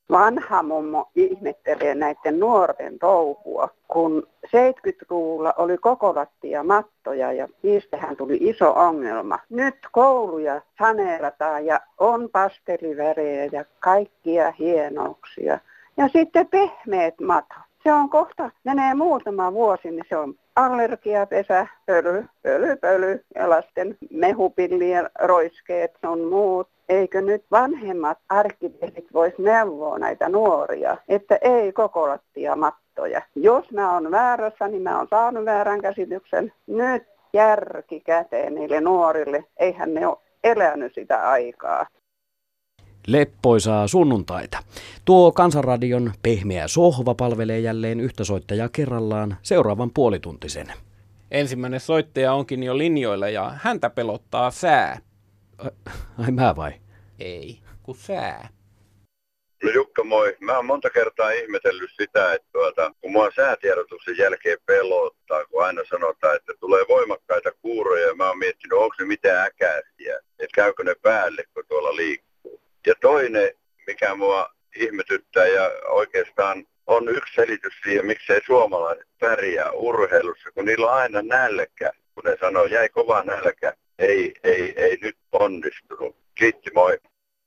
Vanha mummo ihmettelee näiden nuorten touhua, kun 70-luvulla oli koko lattia mattoja ja niistähän tuli iso ongelma. Nyt kouluja saneerataan ja on pastelivärejä ja kaikkia hienouksia. Ja sitten pehmeät matot. Se on kohta, menee muutama vuosi, niin se on allergiapesä, pöly ja lasten mehupillien roiskeet on muut. Eikö nyt vanhemmat arkkitehdit voisi neuvoa näitä nuoria, että ei koko lattia mattoja. Jos mä oon väärässä, niin mä oon saanut väärän käsityksen. Nyt järki käteen niille nuorille, eihän ne ole elänyt sitä aikaa. Leppoisaa sunnuntaita. Tuo Kansanradion pehmeä sohva palvelee jälleen yhtä soittajaa kerrallaan seuraavan puolituntisen. Ensimmäinen soittaja onkin jo linjoilla ja häntä pelottaa sää. Ai mä vai? Ei, kun sää. No Jukka, moi. Mä oon monta kertaa ihmetellyt sitä, että kun mua säätiedotuksen jälkeen pelottaa, kun aina sanotaan, että tulee voimakkaita kuuroja, ja mä oon miettinyt, onko ne mitään äkäisiä, että käykö ne päälle, kun tuolla liikkuu. Ja toinen, mikä mua ihmetyttää ja oikeastaan on yksi selitys siihen, miksei suomalaiset pärjää urheilussa, kun niillä on aina nälkä. Kun ne sanoo, jäi kova nälkä, ei nyt onnistunut. Kiitti, moi.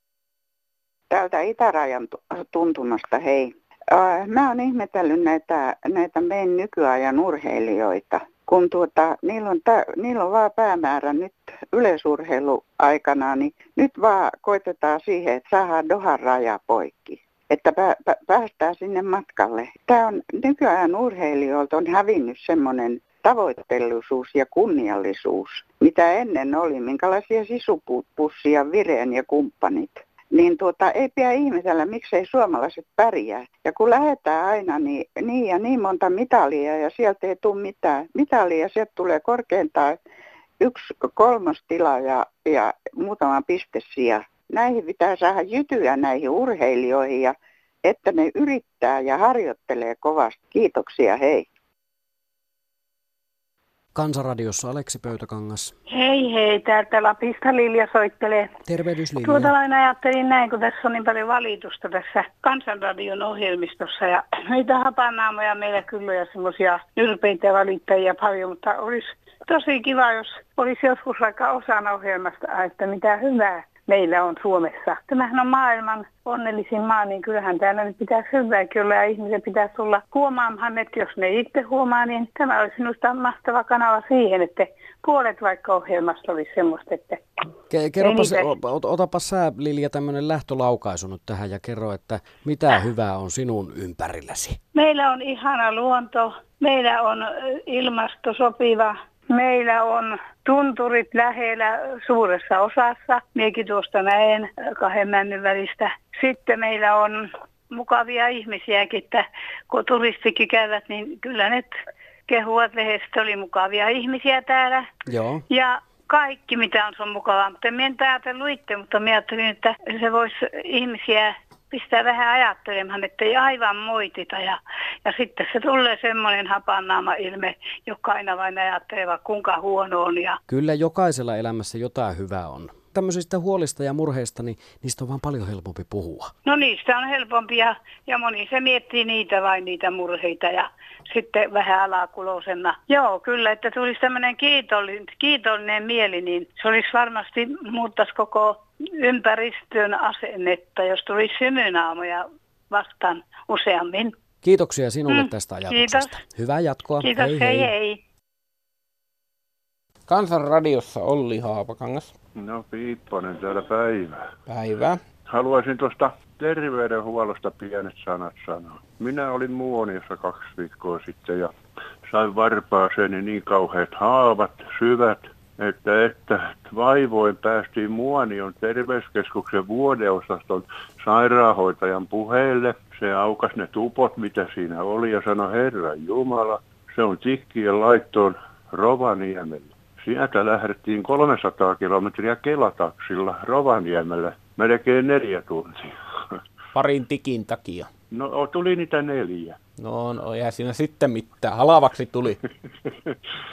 Täältä itärajan tuntumasta, hei. Mä oon ihmetellyt näitä meidän nykyajan urheilijoita, kun niillä on vaan päämäärä nyt yleisurheiluaikana, niin nyt vaan koitetaan siihen, että saadaan Dohan raja poikki, että päästään sinne matkalle. Nykyajan urheilijoilta on hävinnyt semmoinen tavoitteellisuus ja kunniallisuus, mitä ennen oli, minkälaisia sisupussia Vireen ja kumppanit. Niin ei pidä ihmetellä, miksei suomalaiset pärjää. Ja kun lähdetään aina niin monta mitalia ja sieltä ei tule mitään mitalia, sieltä tulee korkeintaan 1/3 tila ja muutama piste sija. Näihin pitää saada jytyä näihin urheilijoihin, ja että ne yrittää ja harjoittelee kovasti. Kiitoksia, hei. Kansanradiossa Aleksi Pöytäkangas. Hei, täältä Lapista Lilja soittelee. Tervehdys Lilja. Lain ajattelin näin, kun tässä on niin paljon valitusta tässä Kansanradion ohjelmistossa. Ja niitä hapanaamoja meillä kyllä ja semmoisia ylpeitä valittajia paljon, mutta olisi tosi kiva, jos olisi joskus vaikka osana ohjelmasta, että mitä hyvää meillä on Suomessa. Tämähän on maailman onnellisin maa, niin kyllähän täällä nyt pitäisi hyvääkin olla ja ihmisen pitäisi tulla huomaamaan, että jos ne itse huomaa, niin tämä olisi minusta mahtava kanava siihen, että puolet vaikka ohjelmasta olisi semmoista, että... Kerropas, otapas sä Lilja tämmöinen lähtölaukaisu nyt tähän ja kerro, että mitä hyvää on sinun ympärilläsi? Meillä on ihana luonto, meillä on ilmasto sopiva. Meillä on tunturit lähellä suuressa osassa. Minäkin tuosta näen 2 männyn välistä. Sitten meillä on mukavia ihmisiäkin, että kun turistikin käyvät, niin kyllä ne kehuvat lehdessä, oli mukavia ihmisiä täällä. Joo. Ja kaikki mitä on, se on mukavaa. Mutta minä en ajatellut itse, mutta minä ajattelin, että se voisi ihmisiä pistää vähän ajattelemaan, että ei aivan moitita. Ja sitten se tulee semmoinen hapannaama ilme, joka aina vain ajattelee, kuinka huono on. Kyllä jokaisella elämässä jotain hyvää on. Tämmöisistä huolista ja murheista, niin niistä on vaan paljon helpompi puhua. No niistä on helpompi ja moni se miettii niitä murheita ja sitten vähän alakuloisena. Joo, kyllä, että tulisi tämmöinen kiitollinen mieli, niin se olisi varmasti muuttaisi koko ympäristön asennetta, jos tulisi hymynaamoja vastaan useammin. Kiitoksia sinulle tästä ajatuksesta. Kiitos. Hyvää jatkoa. Kiitos, hei. Kansanradiossa Olli Haapakangas. No Piipponen täällä päivää. Päivää. Haluaisin tuosta terveydenhuollosta pienet sanat sanoa. Minä olin Muoniossa 2 viikkoa sitten ja sain varpaaseen niin kauheat haavat, syvät, että vaivoin päästiin Muonion terveyskeskuksen vuodeosaston sairaanhoitajan puheelle. Se aukas ne tupot, mitä siinä oli ja sanoi, Herran Jumala, se on tikkien laittoon Rovaniemelle. Sieltä lähdettiin 300 kilometriä Kelataksilla Rovaniemelle, melkein 4 tuntia. Parin tikin takia. No tuli niitä 4. No ei siinä sitten mitään, halavaksi tuli.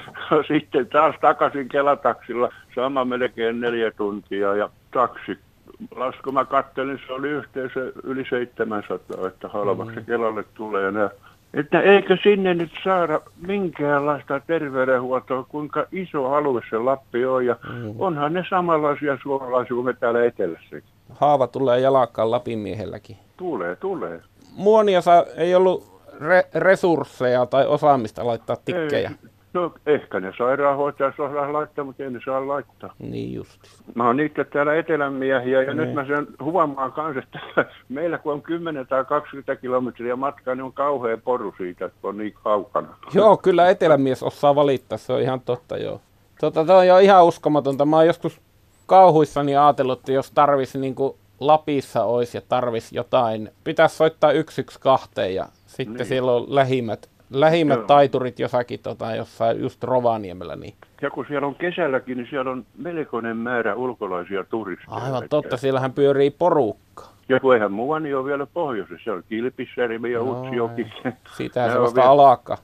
Sitten taas takaisin Kelataksilla, sama melkein 4 tuntia ja taksi lasku mä kattelin, se oli yhteensä yli 700, että halvaksi Kelalle tulee nämä. Että eikö sinne nyt saada minkäänlaista terveydenhuoltoa, kuinka iso alue se Lappi on, ja onhan ne samanlaisia suomalaisia kuin me täällä etelässä. Haava tulee jalakkaan Lapin miehelläkin. Tulee. Muoniossa ei ollut resursseja tai osaamista laittaa tikkejä. Ei. No ehkä ne sairaanhoitajat osaa laittaa, mutta ei ne saa laittaa. Niin just. Mä oon itse täällä etelän miehiä ja nyt mä sen huomaan kanssa, että meillä kun on 10 tai 20 kilometriä matkaa, niin on kauhea poru siitä, että on niin kaukana. Joo, kyllä etelämies osaa valittaa, se on ihan totta, joo. Tämä on jo ihan uskomatonta. Mä oon joskus kauhuissani ajatellut, että jos tarvisi niin kuin Lapissa olisi ja tarvisi jotain, pitäisi soittaa 112 ja sitten niin. Siellä on lähimmät taiturit jossakin jossain just Rovaniemellä. Niin. Ja kun siellä on kesälläkin, niin siellä on melkoinen määrä ulkolaisia turisteja. Aivan totta, siellähän pyörii porukka. Ja kun eihän Muoni ole vielä pohjoisessa, siellä on Kilpisjärvi ja Utsjoki. Siitähän se vasta alkaa.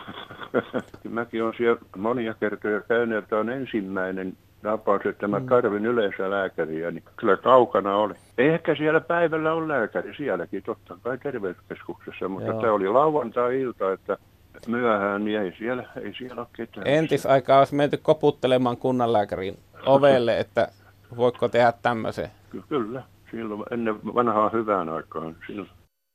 Mäkin olen siellä monia kertoja käynyt, että on ensimmäinen tapaus, että mä tarvin yleensä lääkäriä, niin kyllä kaukana oli. Ehkä siellä päivällä on lääkäri sielläkin, totta kai terveyskeskuksessa, mutta tämä oli lauantai-ilta, että myöhään niin ei siellä ole ketään. Entisaikaa olisi menty koputtelemaan kunnanlääkärin ovelle, että voiko tehdä tämmöisen. Kyllä, silloin ennen vanhaa hyvään aikaan. Silloin.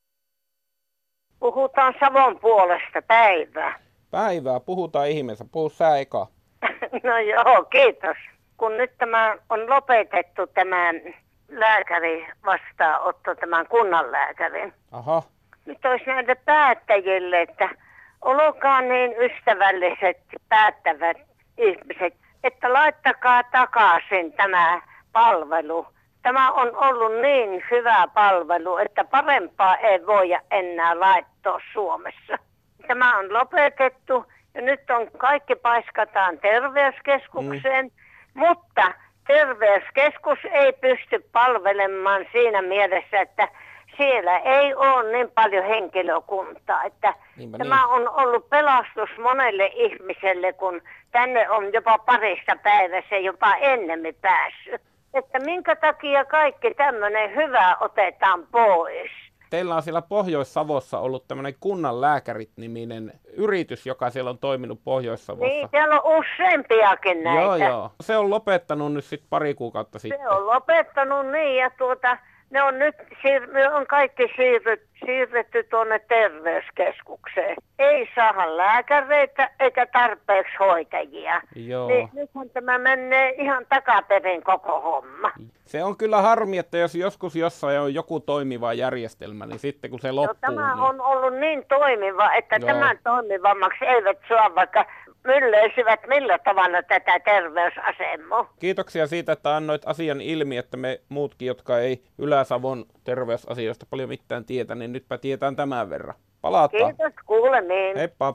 Puhutaan Savon puolesta Päivää, puhutaan ihmeessä. Puhu sä eka. No joo, kiitos. Kun nyt tämä on lopetettu tämä lääkäri vastaanotto, tämän kunnanlääkärin. Aha. Nyt olisi näille päättäjille, että olkaa niin ystävälliset, päättävät ihmiset, että laittakaa takaisin tämä palvelu. Tämä on ollut niin hyvä palvelu, että parempaa ei voida enää laittaa Suomessa. Tämä on lopetettu ja nyt on kaikki paiskataan terveyskeskukseen, mutta terveyskeskus ei pysty palvelemaan siinä mielessä, että siellä ei ole niin paljon henkilökuntaa, että tämä on ollut pelastus monelle ihmiselle, kun tänne on jopa parissa päivässä jopa ennemmin päässyt. Että minkä takia kaikki tämmöinen hyvä otetaan pois? Teillä on siellä Pohjois-Savossa ollut tämmöinen kunnanlääkärit-niminen yritys, joka siellä on toiminut Pohjois-Savossa. Niin, siellä on useampiakin näitä. Joo. Se on lopettanut nyt sitten pari kuukautta sitten. Se on lopettanut niin ja ne on nyt on kaikki siirretty tuonne terveyskeskukseen. Ei saada lääkäreitä eikä tarpeeksi hoitajia. Joo. Niin nythän tämä menee ihan takaperin koko homma. Se on kyllä harmi, että jos joskus jossain on joku toimiva järjestelmä, niin sitten kun se loppuu... Tämä on ollut niin toimiva, että tämän toimivammaksi eivät saa vaikka mylleisivät millä tavalla tätä terveysasemaa. Kiitoksia siitä, että annoit asian ilmi, että me muutkin, jotka ei Ylä-Savon terveysasioista paljon mitään tietä, niin nytpä tietään tämän verran. Palataan. Kiitos, kuulemiin. Heippa.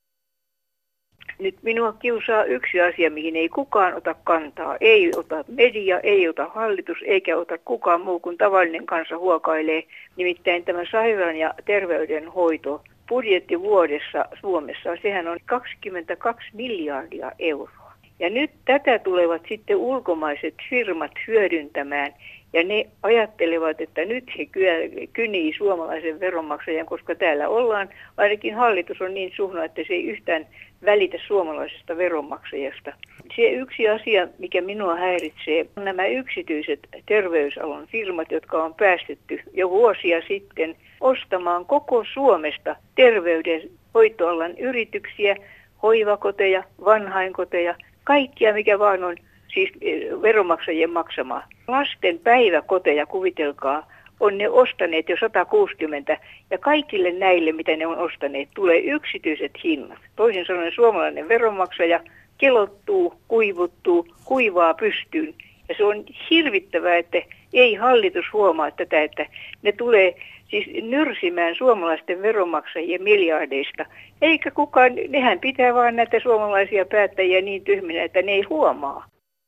Nyt minua kiusaa yksi asia, mihin ei kukaan ota kantaa. Ei ota media, ei ota hallitus, eikä ota kukaan muu kuin tavallinen kansa huokailee. Nimittäin tämä sairaan ja terveydenhoito budjetti vuodessa Suomessa, sehän on 22 miljardia euroa. Ja nyt tätä tulevat sitten ulkomaiset firmat hyödyntämään. Ja ne ajattelevat, että nyt he kynii suomalaisen veronmaksajan, koska täällä ollaan, ainakin hallitus on niin suhna, että se ei yhtään välitä suomalaisesta veronmaksajasta. Se yksi asia, mikä minua häiritsee, on nämä yksityiset terveysalan firmat, jotka on päästetty jo vuosia sitten ostamaan koko Suomesta terveydenhoitoalan yrityksiä, hoivakoteja, vanhainkoteja, kaikkia mikä vaan on. Siis veronmaksajien maksamaa. Lasten päiväkoteja, kuvitelkaa, on ne ostaneet jo 160 ja kaikille näille, mitä ne on ostaneet, tulee yksityiset hinnat. Toisin sanoen suomalainen veronmaksaja kelottuu, kuivuttuu, kuivaa pystyyn. Ja se on hirvittävää, että ei hallitus huomaa tätä, että ne tulee siis nyrsimään suomalaisten veronmaksajien miljardeista. Eikä kukaan, nehän pitää vaan näitä suomalaisia päättäjiä niin tyhminä, että ne ei huomaa.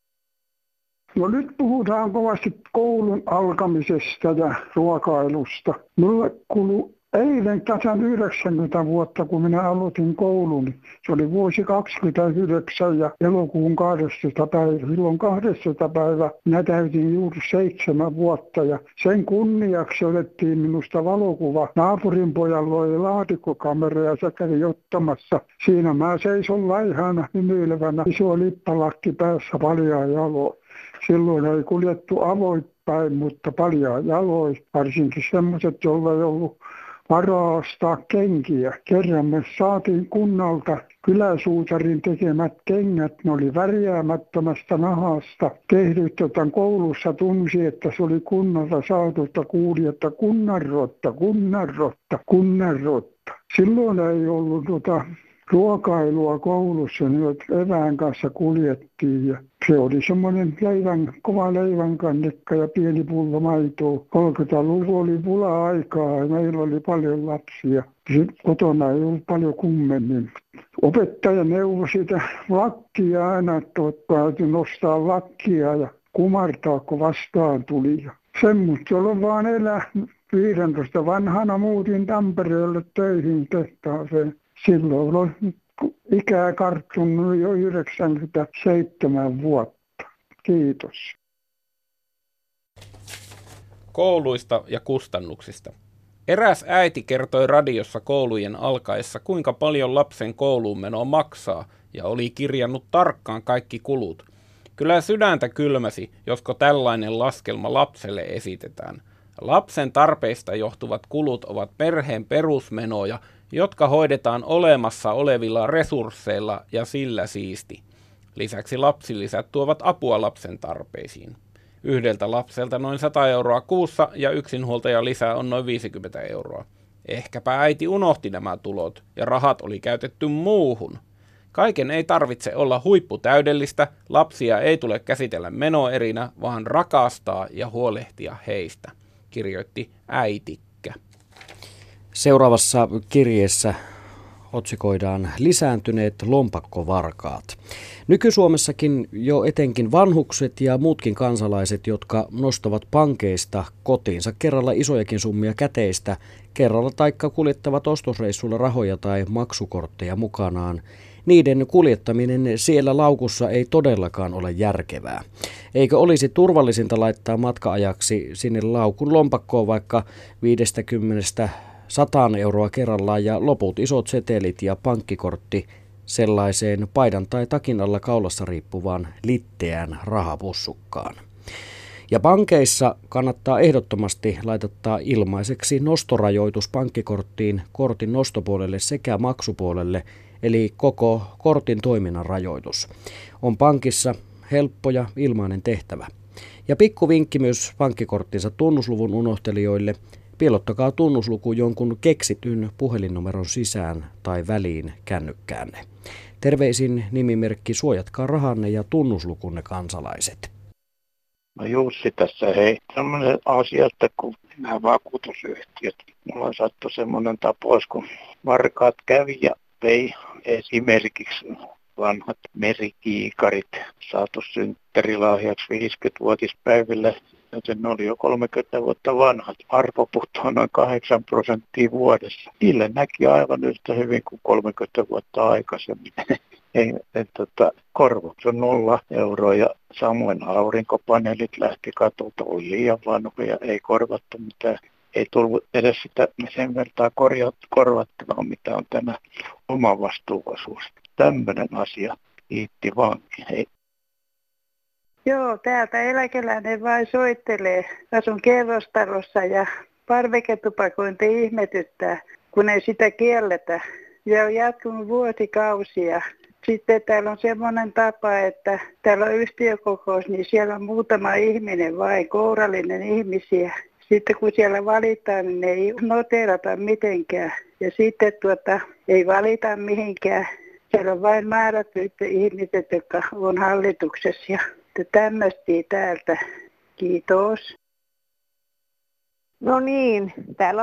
No nyt puhutaan kovasti koulun alkamisesta ja ruokailusta. Mulle kuului eilen tasan 90 vuotta, kun minä aloitin koulun. Se oli vuosi 29 ja elokuun 12. päivä. Silloin 12. päivä minä täytin juuri 7 vuotta ja sen kunniaksi otettiin minusta valokuva. Naapurin pojalla oli laatikkokamera ja se kävi ottamassa. Siinä mä seison laihana hymyilevänä, iso lippalakki päässä paljaa jaloin. Silloin ei kuljettu avoittain, mutta paljaa jaloin. Varsinkin semmoiset, joilla ei ollut varaa ostaa kenkiä. Kerran me saatiin kunnalta kyläsuutarin tekemät kengät. Ne oli värjäämättömästä nahasta tehdyt, jota koulussa tunsi, että se oli kunnalta saatu, että kuuli, että kunnanrotta, kunnanrotta, kunnanrotta. Silloin ei ollut ruokailua koulussa, niin evään kanssa kuljettiin ja se oli semmoinen kova leivänkannikka ja pieni pullo maitoa. 30-luku oli pula-aikaa ja meillä oli paljon lapsia. Kotona ei ollut paljon kummemmin. Opettaja neuvoi sitä lakkia aina, että täytyy nostaa lakkia ja kumartaa, kun vastaan tuli. Semmoista on vaan elää. 15 vanhana muutin Tampereelle töihin tehtaaseen. Silloin oli ikää karttunut jo 97 vuotta. Kiitos. Kouluista ja kustannuksista. Eräs äiti kertoi radiossa koulujen alkaessa, kuinka paljon lapsen kouluun meno maksaa, ja oli kirjannut tarkkaan kaikki kulut. Kyllä sydäntä kylmäsi, josko tällainen laskelma lapselle esitetään. Lapsen tarpeista johtuvat kulut ovat perheen perusmenoja, jotka hoidetaan olemassa olevilla resursseilla ja sillä siisti. Lisäksi lapsilisät tuovat apua lapsen tarpeisiin. Yhdeltä lapselta noin 100 euroa kuussa ja yksinhuoltaja lisää on noin 50 euroa. Ehkäpä äiti unohti nämä tulot ja rahat oli käytetty muuhun. Kaiken ei tarvitse olla huipputäydellistä, lapsia ei tule käsitellä menoerinä, vaan rakastaa ja huolehtia heistä, kirjoitti äitikkä. Seuraavassa kirjeessä otsikoidaan lisääntyneet lompakkovarkaat. Nyky-Suomessakin jo etenkin vanhukset ja muutkin kansalaiset, jotka nostavat pankeista kotiinsa kerralla isojakin summia käteistä, kerralla taikka kuljettavat ostosreissulla rahoja tai maksukortteja mukanaan, niiden kuljettaminen siellä laukussa ei todellakaan ole järkevää. Eikö olisi turvallisinta laittaa matka-ajaksi sinne laukun lompakkoon vaikka 50–100 euroa kerrallaan ja loput isot setelit ja pankkikortti sellaiseen paidan tai takin alla kaulassa riippuvaan litteään rahapussukkaan. Ja pankeissa kannattaa ehdottomasti laittaa ilmaiseksi nostorajoitus pankkikorttiin, kortin nostopuolelle sekä maksupuolelle, eli koko kortin toiminnan rajoitus. On pankissa helppo ja ilmainen tehtävä. Ja pikkuvinkki myös pankkikorttinsa tunnusluvun unohtelijoille. Piilottakaa tunnusluku jonkun keksityn puhelinnumeron sisään tai väliin kännykkäänne. Terveisin nimimerkki Suojatkaa rahanne ja tunnuslukunne kansalaiset. No Jussi tässä, hei. Sellainen asia, että kun nämä vakuutusyhtiöt, mulla sattui semmoinen tapaus, kun varkaat kävi ja vei esimerkiksi vanhat merikiikarit saatu synttärilahjaksi 50-vuotispäiville, joten ne oli jo 30 vuotta vanhat. Arvo putoaa noin 8% vuodessa. Niille näki aivan yhtä hyvin kuin 30 vuotta aikaisemmin. Korvaus on 0 euroa ja samoin aurinkopaneelit lähti katolta, oli liian vanhoja, ei korvattu mitään. Ei tullut edes sitä sen vertaa korvattavaa, mitä on tämä omavastuuosuus. Tämmöinen asia kiitti vaan. Hei. Joo, täältä eläkeläinen vain soittelee. Asun kerrostalossa ja parveketupakointi ihmetyttää, kun ei sitä kielletä. Ja on jatkunut vuosikausia. Sitten täällä on semmoinen tapa, että täällä on yhtiökokous, niin siellä on muutama ihminen vain, kourallinen ihmisiä. Sitten kun siellä valitaan, niin ei noteerata mitenkään. Ja sitten ei valita mihinkään. Siellä on vain määrätty ihmiset, jotka on hallituksessa. Ja tämmöistä täältä. Kiitos. No niin, täällä on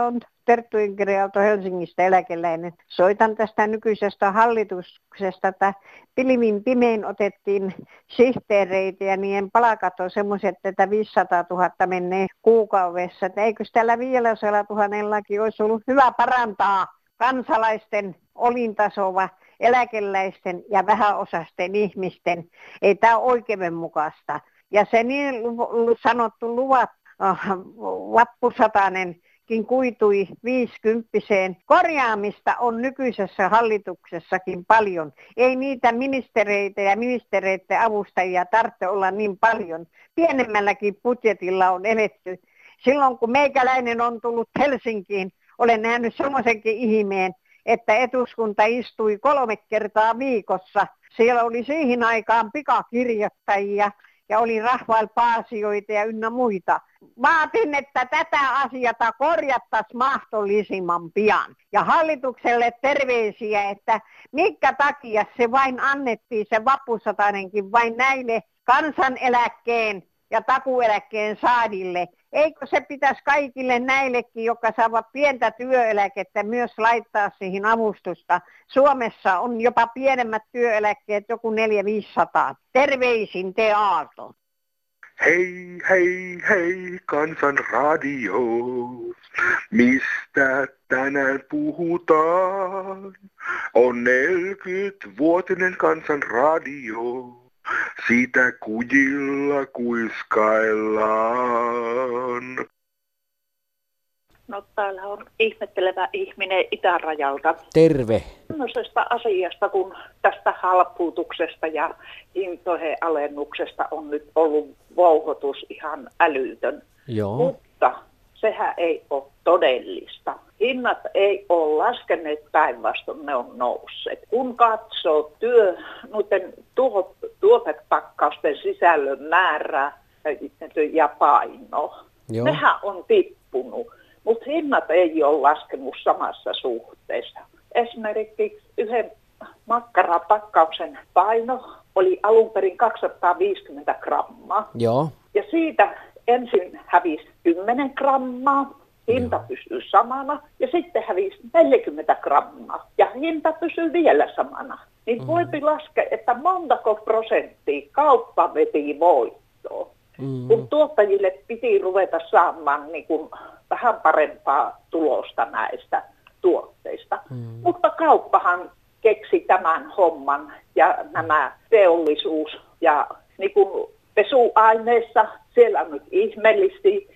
Terttu Inkeriauto Helsingistä, eläkeläinen. Soitan tästä nykyisestä hallituksesta, että pilvin pimein otettiin sihteereitä ja niiden palkat on semmoiset, että 500 000 menee kuukaudessa. Että eikö tällä 500 000 olisi ollut hyvä parantaa kansalaisten olintasoa, eläkeläisten ja vähäosaisten ihmisten. Ei tämä ole oikeudenmukaista. Ja se niin sanottu luvat, vappusatanenkin kuitui 50. Korjaamista on nykyisessä hallituksessakin paljon. Ei niitä ministereitä ja ministereiden avustajia tarvitse olla niin paljon. Pienemmälläkin budjetilla on eletty. Silloin kun meikäläinen on tullut Helsinkiin, olen nähnyt semmoisenkin ihmeen, että eduskunta istui 3 kertaa viikossa. Siellä oli siihen aikaan pikakirjoittajia ja oli Rahvail Paasioita ja ynnä muita. Vaatin, että tätä asiaa korjattaisiin mahdollisimman pian. Ja hallitukselle terveisiä, että minkä takia se vain annettiin se vappusatanenkin vain näille kansaneläkkeen ja takueläkkeen saadille. Eikö se pitäisi kaikille näillekin, jotka saavat pientä työeläkettä, myös laittaa siihen avustusta? Suomessa on jopa pienemmät työeläkkeet, joku 400-500. Terveisin te Aalto. Hei, hei, hei, Kansanradio. Mistä tänään puhutaan? On 40-vuotinen Kansanradio. Siitä kujilla kuiskaillaan. No täällä on ihmettelevä ihminen itärajalta. Terve. Tämmöisestä asiasta, kun tästä halpuutuksesta ja hintojen alennuksesta on nyt ollut vouhotus ihan älytön. Joo. Mutta sehän ei ole todellista. Hinnat ei ole laskeneet, päinvastoin ne on nousseet. Kun katsoo noiden tuotepakkausten sisällön määrää ja painoa, nehän on tippunut, mutta hinnat ei ole laskenut samassa suhteessa. Esimerkiksi yhden makkarapakkauksen paino oli alun perin 250 grammaa. Joo. Ja siitä ensin hävisi 10 grammaa, hinta pysyy samana, ja sitten hävisi 40 grammaa, ja hinta pysyy vielä samana. Niin voipi laskea, että montako prosenttia kauppa veti voittoa, kun tuottajille piti ruveta saamaan niin kuin vähän parempaa tulosta näistä tuotteista. Mutta kauppahan keksi tämän homman, ja nämä teollisuus, ja niin kuin pesuaineissa, siellä on nyt ihmeellisesti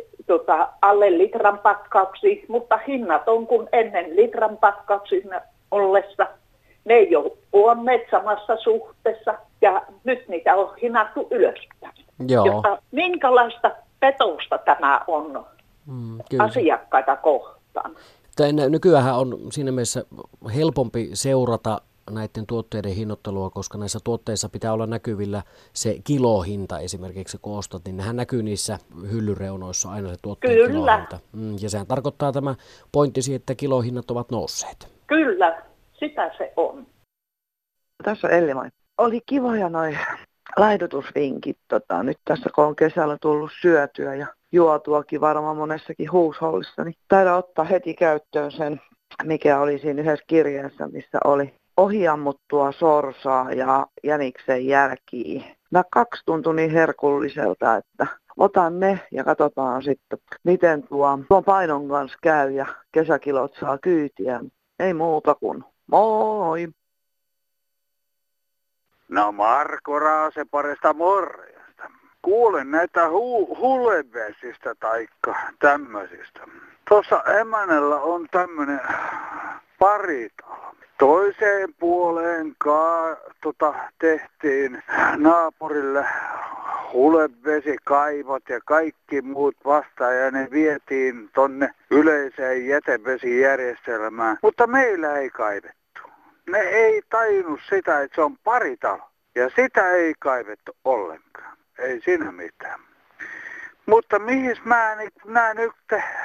alle litran pakkauksia, mutta hinnat on kuin ennen litran pakkauksia ollessa. Ne ei ole puonneet samassa suhteessa ja nyt niitä on hinattu ylöspäin. Joo. Jotta minkälaista petosta tämä on asiakkaita kohtaan. Nykyään on siinä mielessä helpompi seurata näiden tuotteiden hinnoittelua, koska näissä tuotteissa pitää olla näkyvillä se kilohinta esimerkiksi, kun ostat, niin nehän näkyy niissä hyllyreunoissa aina se tuotteen kilohinta. Ja sehän tarkoittaa tämä pointtisi, että kilohinnat ovat nousseet. Kyllä, sitä se on. Tässä on Elli, moi. Oli kivoja noi laihdutusvinkit. Nyt tässä kun on kesällä tullut syötyä ja juotuakin varmaan monessakin huushollissa, niin taidaan ottaa heti käyttöön sen, mikä oli siinä yhdessä kirjeessä, missä oli ohiammuttua sorsaa ja jäniksen jälkiä. Nämä 2 tuntui niin herkulliselta, että otan ne ja katsotaan sitten, miten tuon painon kanssa käy ja kesäkilot saa kyytiä. Ei muuta kuin moi! No Marko Raaseparesta morjesta. Kuulen näitä hulevesistä taikka tämmöisistä. Tuossa Emänellä on tämmönen paritalo. Toiseen puoleen tehtiin naapurille hulevesikaivot ja kaikki muut vastaan ja ne vietiin tonne yleiseen jätevesijärjestelmään. Mutta meillä ei kaivettu. Ne ei tajunnut sitä, että se on paritalo. Ja sitä ei kaivettu ollenkaan. Ei siinä mitään. Mutta mihin mä näen nyt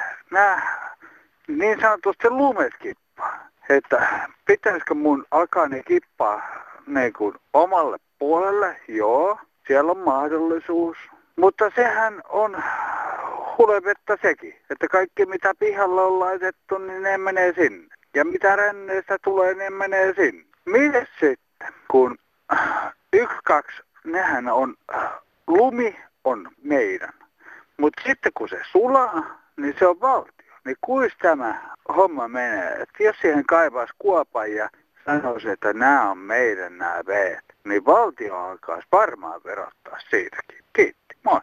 niin sanotusti lumet kippaa? Että pitäisikö mun alkaa ne kippaa niin kuin omalle puolelle? Joo, siellä on mahdollisuus. Mutta sehän on hulevetta sekin. Että kaikki mitä pihalla on laitettu, niin ne menee sinne. Ja mitä ränneistä tulee, ne menee sinne. Miten sitten, kun 1-2, nehän on, lumi on meidän. Mutta sitten kun se sulaa, niin se on valtio. Niin kuis tämä homma menee? Että jos siihen kaivaisi kuopan ja sanoisi, että nämä on meidän nämä veet, niin valtio alkaisi varmaan verottaa siitäkin. Kiitti, moi.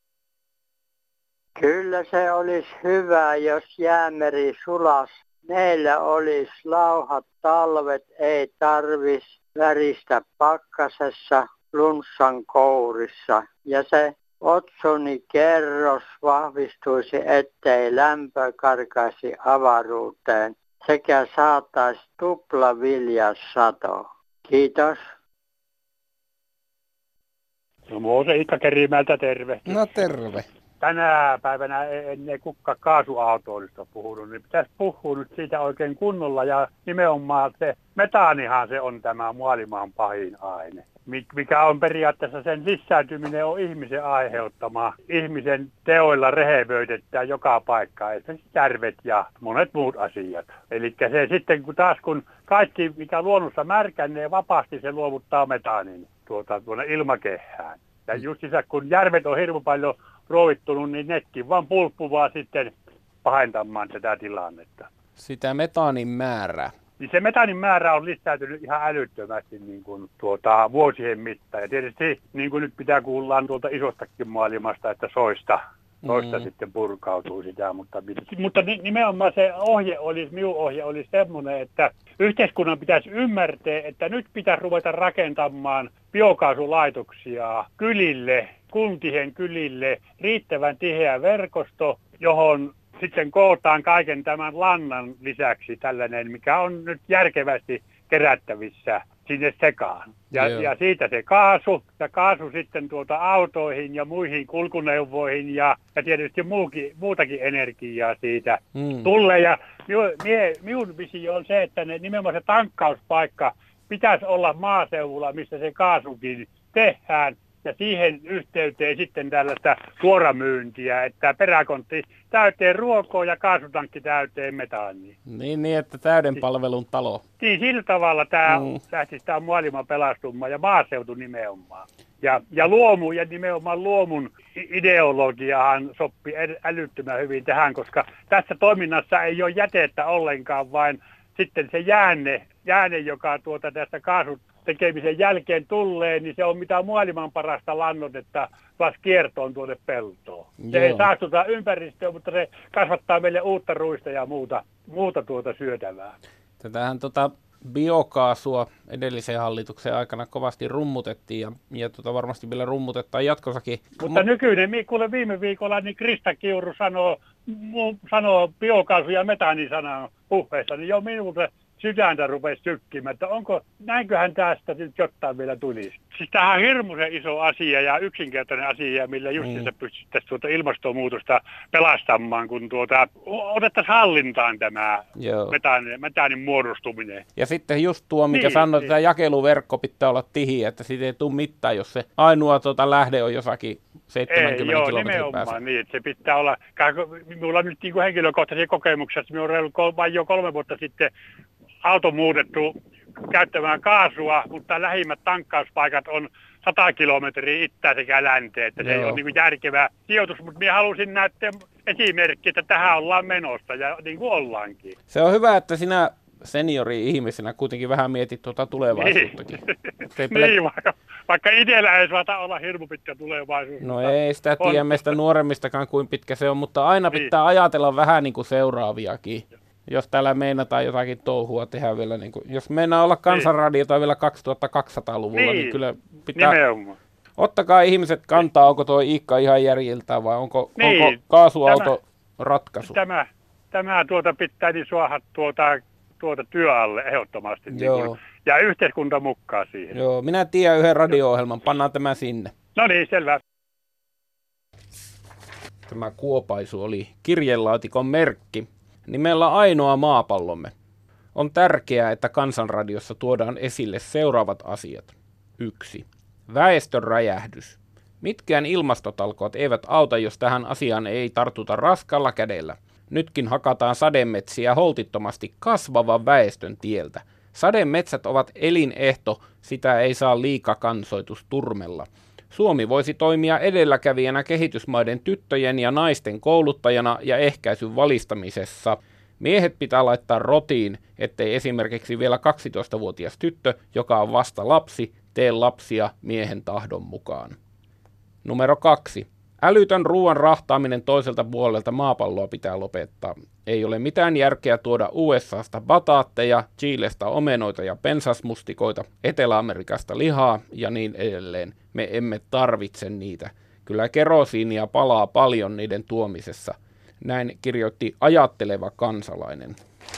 Kyllä se olisi hyvä, jos jäämeri sulas. Meillä olisi lauhat talvet, ei tarvis väristä pakkasessa flunssan kourissa. Ja se otsonikerros vahvistuisi, ettei lämpö karkaisi avaruuteen sekä saataisi tuplaviljasato. Kiitos. No Moose Iikka Kerimäeltä, terve. No terve. Tänä päivänä ei kukaan kaasuautoilusta puhunut, niin pitäisi puhua nyt siitä oikein kunnolla. Ja nimenomaan se metaanihan se on tämä maailman pahin aine. Mikä on periaatteessa sen lisääntyminen on ihmisen aiheuttama. Ihmisen teoilla rehevöitetään joka paikka, esimerkiksi järvet ja monet muut asiat. Eli se sitten kun kaikki mikä luonnossa märkänee vapaasti, se luovuttaa metaanin tuonne ilmakehään. Ja justissa kun järvet on hirveän paljon ruovittunut, niin nekin vaan pulppuvaa sitten pahentamaan tätä tilannetta. Sitä metaanin määrää. Niin se metaanin määrä on lisääntynyt ihan älyttömästi niin kuin vuosien mittaan. Ja tietysti niin kuin nyt pitää kuullaan tuolta isostakin maailmasta, että soista sitten purkautuu sitä. Mutta nimenomaan se minun ohje olisi semmoinen, että yhteiskunnan pitäisi ymmärtää, että nyt pitäisi ruveta rakentamaan biokaasulaitoksia kuntien kylille, riittävän tiheä verkosto, johon sitten kootaan kaiken tämän lannan lisäksi tällainen, mikä on nyt järkevästi kerättävissä sinne sekaan. Ja siitä se kaasu sitten autoihin ja muihin kulkuneuvoihin ja tietysti muutakin energiaa siitä tulee. Ja minun visio on se, että nimenomaan se tankkauspaikka pitäisi olla maaseudulla, missä se kaasukin tehdään. Ja siihen yhteyteen sitten tällaista suoramyyntiä, että peräkontti täyteen ruokoa ja kaasutankki täyteen metaania. Niin, että täyden palvelun talo. Niin, sillä tavalla tämä lähtisi tämä maailma pelastumaan ja maaseutu nimenomaan. Ja luomu ja nimenomaan luomun ideologiahan sopii älyttömän hyvin tähän, koska tässä toiminnassa ei ole jätettä ollenkaan, vaan sitten se jäänne joka tästä kaasut tekemisen jälkeen tulee, niin se on mitä maailman parasta lannoitetta taas kiertoon tuonne peltoon. Se ei saastuta ympäristöä, mutta se kasvattaa meille uutta ruista ja muuta syötävää. Tätähän biokaasua edellisen hallituksen aikana kovasti rummutettiin ja varmasti vielä rummutetaan jatkossakin. Mutta nykyinen, kuule viime viikolla, niin Krista Kiuru sanoo biokaasu ja metaani sanaa puheessa, niin jo minulta sydäntä rupesi sykkimään, että näinköhän tästä nyt jotain vielä tulisi. Siis tämähän on hirmuisen iso asia ja yksinkertainen asia, millä justiinsa pystyttäisiin ilmastonmuutosta pelastamaan, kun otettaisiin hallintaan tämä metaanin muodostuminen. Ja sitten just tuo, mikä sanoi, että tämä jakeluverkko pitää olla tihi, että siitä ei tule mitään, jos se ainoa lähde on jossakin 70 kilometrin päässä. Niin, että se pitää olla, minulla on nyt niin kuin henkilökohtaisia kokemuksia, että minulla on ollut vain jo 3 vuotta sitten auto muutettu käyttämään kaasua, mutta lähimmät tankkauspaikat on 100 kilometriä itään sekä länteen, että se ei ole niin kuin järkevä sijoitus, mutta minä halusin näyttää esimerkkiä, että tähän ollaan menossa ja niin kuin ollaankin. Se on hyvä, että sinä seniori-ihmisenä kuitenkin vähän mietit tulevaisuuttakin. Niin, vaikka itsellä ei saata olla hirmu pitkä tulevaisuus. No ei sitä tiedä meistä nuoremmistakaan kuin pitkä se on, mutta aina pitää ajatella vähän niin kuin seuraaviakin. Jos täällä meinataan jotakin touhua tehdä vielä, niin kuin, jos meinaa olla kansanradiota vielä 2200-luvulla, niin kyllä pitää... Nimenomaan. Ottakaa ihmiset kantaa, onko tuo Iikka ihan järjiltään vai onko kaasuauto ratkaisu? Tämä pitää niin suoda työalle ehdottomasti. Niin kuin, ja yhteiskunta mukaan siihen. Joo, minä tiedän yhden radio-ohjelman, pannaan tämä sinne. No niin, selvä. Tämä kuopaisu oli kirjelaatikon merkki. Nimellä ainoa maapallomme. On tärkeää, että Kansanradiossa tuodaan esille seuraavat asiat. 1. Väestön räjähdys. Mitkään ilmastotalkoot eivät auta, jos tähän asiaan ei tartuta raskalla kädellä. Nytkin hakataan sademetsiä holtittomasti kasvavan väestön tieltä. Sademetsät ovat elinehto, sitä ei saa liikakansoitus turmella. Suomi voisi toimia edelläkävijänä kehitysmaiden tyttöjen ja naisten kouluttajana ja ehkäisyn valistamisessa. Miehet pitää laittaa rotiin, ettei esimerkiksi vielä 12-vuotias tyttö, joka on vasta lapsi, tee lapsia miehen tahdon mukaan. Numero 2. Älytön ruoan rahtaaminen toiselta puolelta maapalloa pitää lopettaa. Ei ole mitään järkeä tuoda USAsta bataatteja, Chilestä omenoita ja pensasmustikoita, Etelä-Amerikasta lihaa ja niin edelleen. Me emme tarvitse niitä. Kyllä kerosiinia palaa paljon niiden tuomisessa. Näin kirjoitti ajatteleva kansalainen.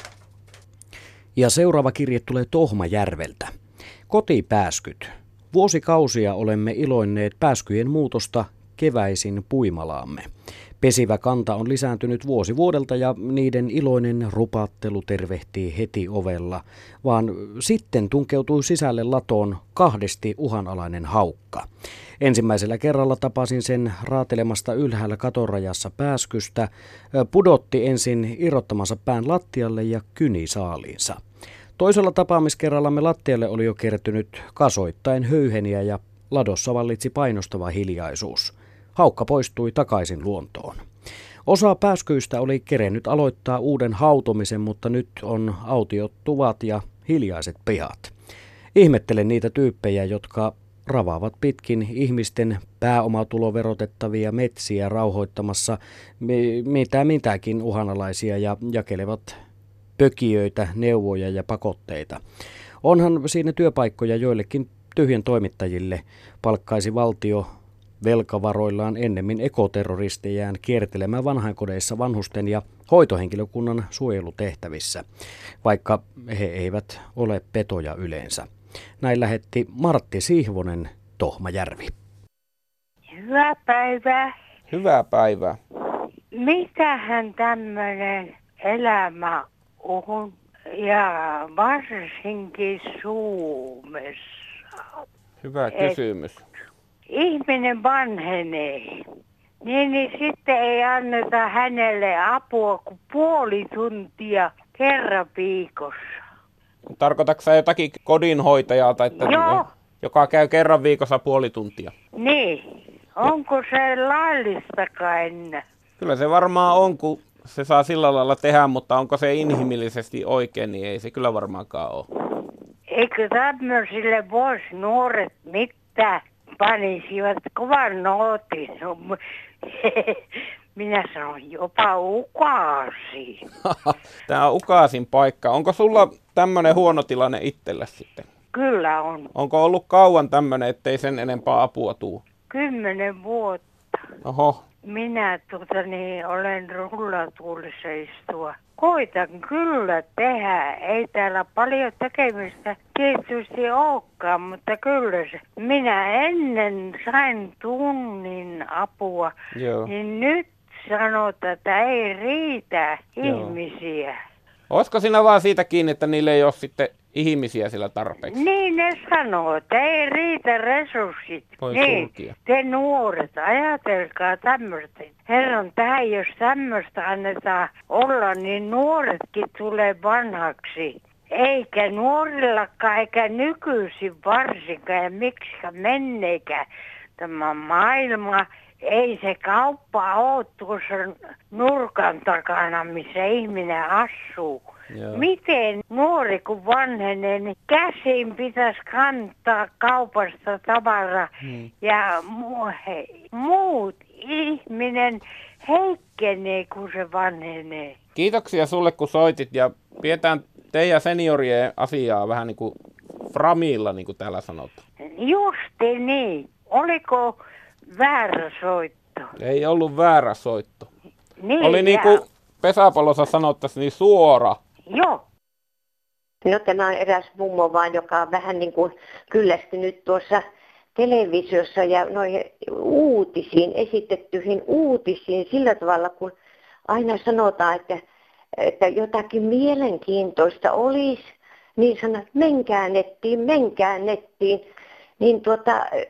Ja seuraava kirje tulee Tohmajärveltä. Kotipääskyt. Vuosikausia olemme iloinneet pääskyjen muutosta keväisin puimalaamme. Pesivä kanta on lisääntynyt vuosi vuodelta ja niiden iloinen rupattelu tervehtii heti ovella, vaan sitten tunkeutui sisälle latoon kahdesti uhanalainen haukka. Ensimmäisellä kerralla tapasin sen raatelemasta ylhäällä katorajassa pääskystä, pudotti ensin irrottamansa pään lattialle ja kyni saaliinsa. Toisella tapaamiskerrallamme lattialle oli jo kertynyt kasoittain höyheniä ja ladossa vallitsi painostava hiljaisuus. Haukka poistui takaisin luontoon. Osa pääskyistä oli kerennyt aloittaa uuden hautomisen, mutta nyt on autiot tuvat ja hiljaiset pihat. Ihmettelen niitä tyyppejä, jotka ravaavat pitkin ihmisten pääomatuloverotettavia metsiä rauhoittamassa mitäkin uhanalaisia ja jakelevat pökiöitä, neuvoja ja pakotteita. Onhan siinä työpaikkoja joillekin tyhjän toimittajille, palkkaisi valtio velkavaroillaan ennemmin ekoterroristejään kiertelemään vanhainkodeissa vanhusten ja hoitohenkilökunnan suojelutehtävissä, vaikka he eivät ole petoja yleensä. Näin lähetti Martti Sihvonen, Tohmajärvi. Hyvää päivää. Hyvää päivää. Mitähän tämmöinen elämä on ja varsinkin Suomessa? Hyvä kysymys. Ihminen vanhenee, niin sitten ei anneta hänelle apua kuin puoli tuntia kerran viikossa. Tarkoitatko sä jotakin kodinhoitajaa, tai joka käy kerran viikossa puoli tuntia? Niin. Onko se laillistakaan? Kyllä se varmaan on, kun se saa sillä lailla tehdä, mutta onko se inhimillisesti oikein, niin ei se kyllä varmaankaan ole. Eikö tämmöisille voisi nuoret mitään? Panisivat kovan nootin. Minä sanon jopa ukaasi. Tämä on ukaasin paikka. Onko sulla tämmöinen huono tilanne itselle sitten? Kyllä on. Onko ollut kauan tämmöinen, ettei sen enempää apua tule? 10 vuotta. Oho. Minä olen rullatuolissa istua. Koitan kyllä tehdä. Ei täällä paljon tekemistä tietysti olekaan, mutta kyllä se. Minä ennen sain tunnin apua, niin nyt sanotaan, että ei riitä ihmisiä. Olisiko siinä vaan siitä kiinni, että niille ei ole sitten ihmisiä sillä tarpeeksi? Niin ne sanoo, että ei riitä resurssit. Niin, te nuoret, ajatelkaa tämmöistä. Herran tähän, jos tämmöistä annetaan olla, niin nuoretkin tulee vanhaksi. Eikä nuorillakaan, eikä nykyisin varsinkaan, ja miksikä menneekään tämä maailma. Ei se kauppa ole tuossa nurkan takana, missä ihminen asuu. Joo. Miten nuori kun vanhenee, niin käsiin pitäisi kantaa kaupasta tavaraa ja muut ihminen heikkenee, kun se vanhenee. Kiitoksia sulle, kun soitit ja pidetään teidän seniorien asiaa vähän niin kuin framilla, niin kuin täällä sanotaan. Justi niin. Oliko väärä soitto? Ei ollut väärä soitto. Niin, oli niin kuin pesäpallossa sanottaisiin, niin suora. Joo. No tämä on eräs mummo vaan, joka on vähän niin kuin kyllästynyt tuossa televisiossa ja noihin uutisiin, esitettyihin uutisiin sillä tavalla, kun aina sanotaan, että jotakin mielenkiintoista olisi, niin sanot, menkää nettiin. Niin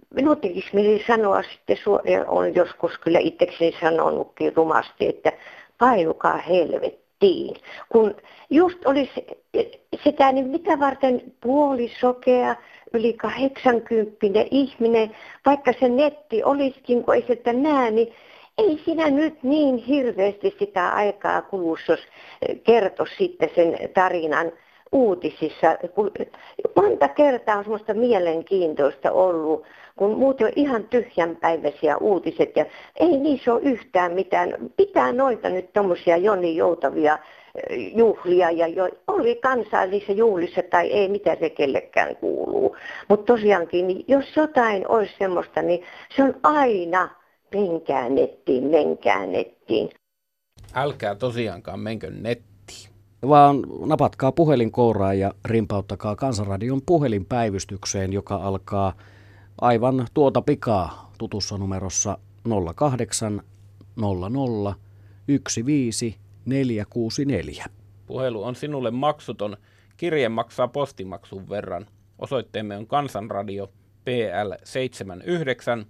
minun tekisi mieli sanoa sitten, olen joskus kyllä itsekseni sanonutkin rumasti, että painukaa helvettiin. Kun just olisi sitä, niin mitä varten puolisokea, yli 80 ihminen, vaikka se netti olisikin, kun ei sitä näe, niin ei siinä nyt niin hirveästi sitä aikaa kulussa, jos kertoisi sitten sen tarinan uutisissa. Monta kertaa on semmoista mielenkiintoista ollut, kun muuten on ihan tyhjänpäiväisiä uutiset ja ei niissä ole yhtään mitään. Pitää noita nyt tommosia jonninjoutavia juhlia ja oli kansallisissa juhlissa tai ei, mitä se kellekään kuuluu. Mutta tosiaankin, niin jos jotain olisi semmoista, niin se on aina menkää nettiin. Älkää tosiaankaan menkö nettiin. Vaan napatkaa puhelin kouraan ja rimpauttakaa Kansanradion puhelinpäivystykseen, joka alkaa aivan tuota pikaa tutussa numerossa 08 00 15 464. Puhelu on sinulle maksuton. Kirje maksaa postimaksun verran. Osoitteemme on Kansanradio PL 79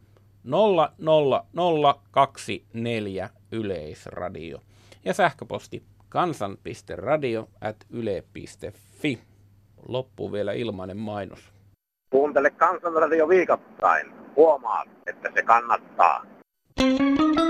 00024 Yleisradio. Ja sähköposti kansan.radio@yle.fi. Loppuu vielä ilmainen mainos. Kuuntele Kansanradio viikoittain. Huomaat, että se kannattaa.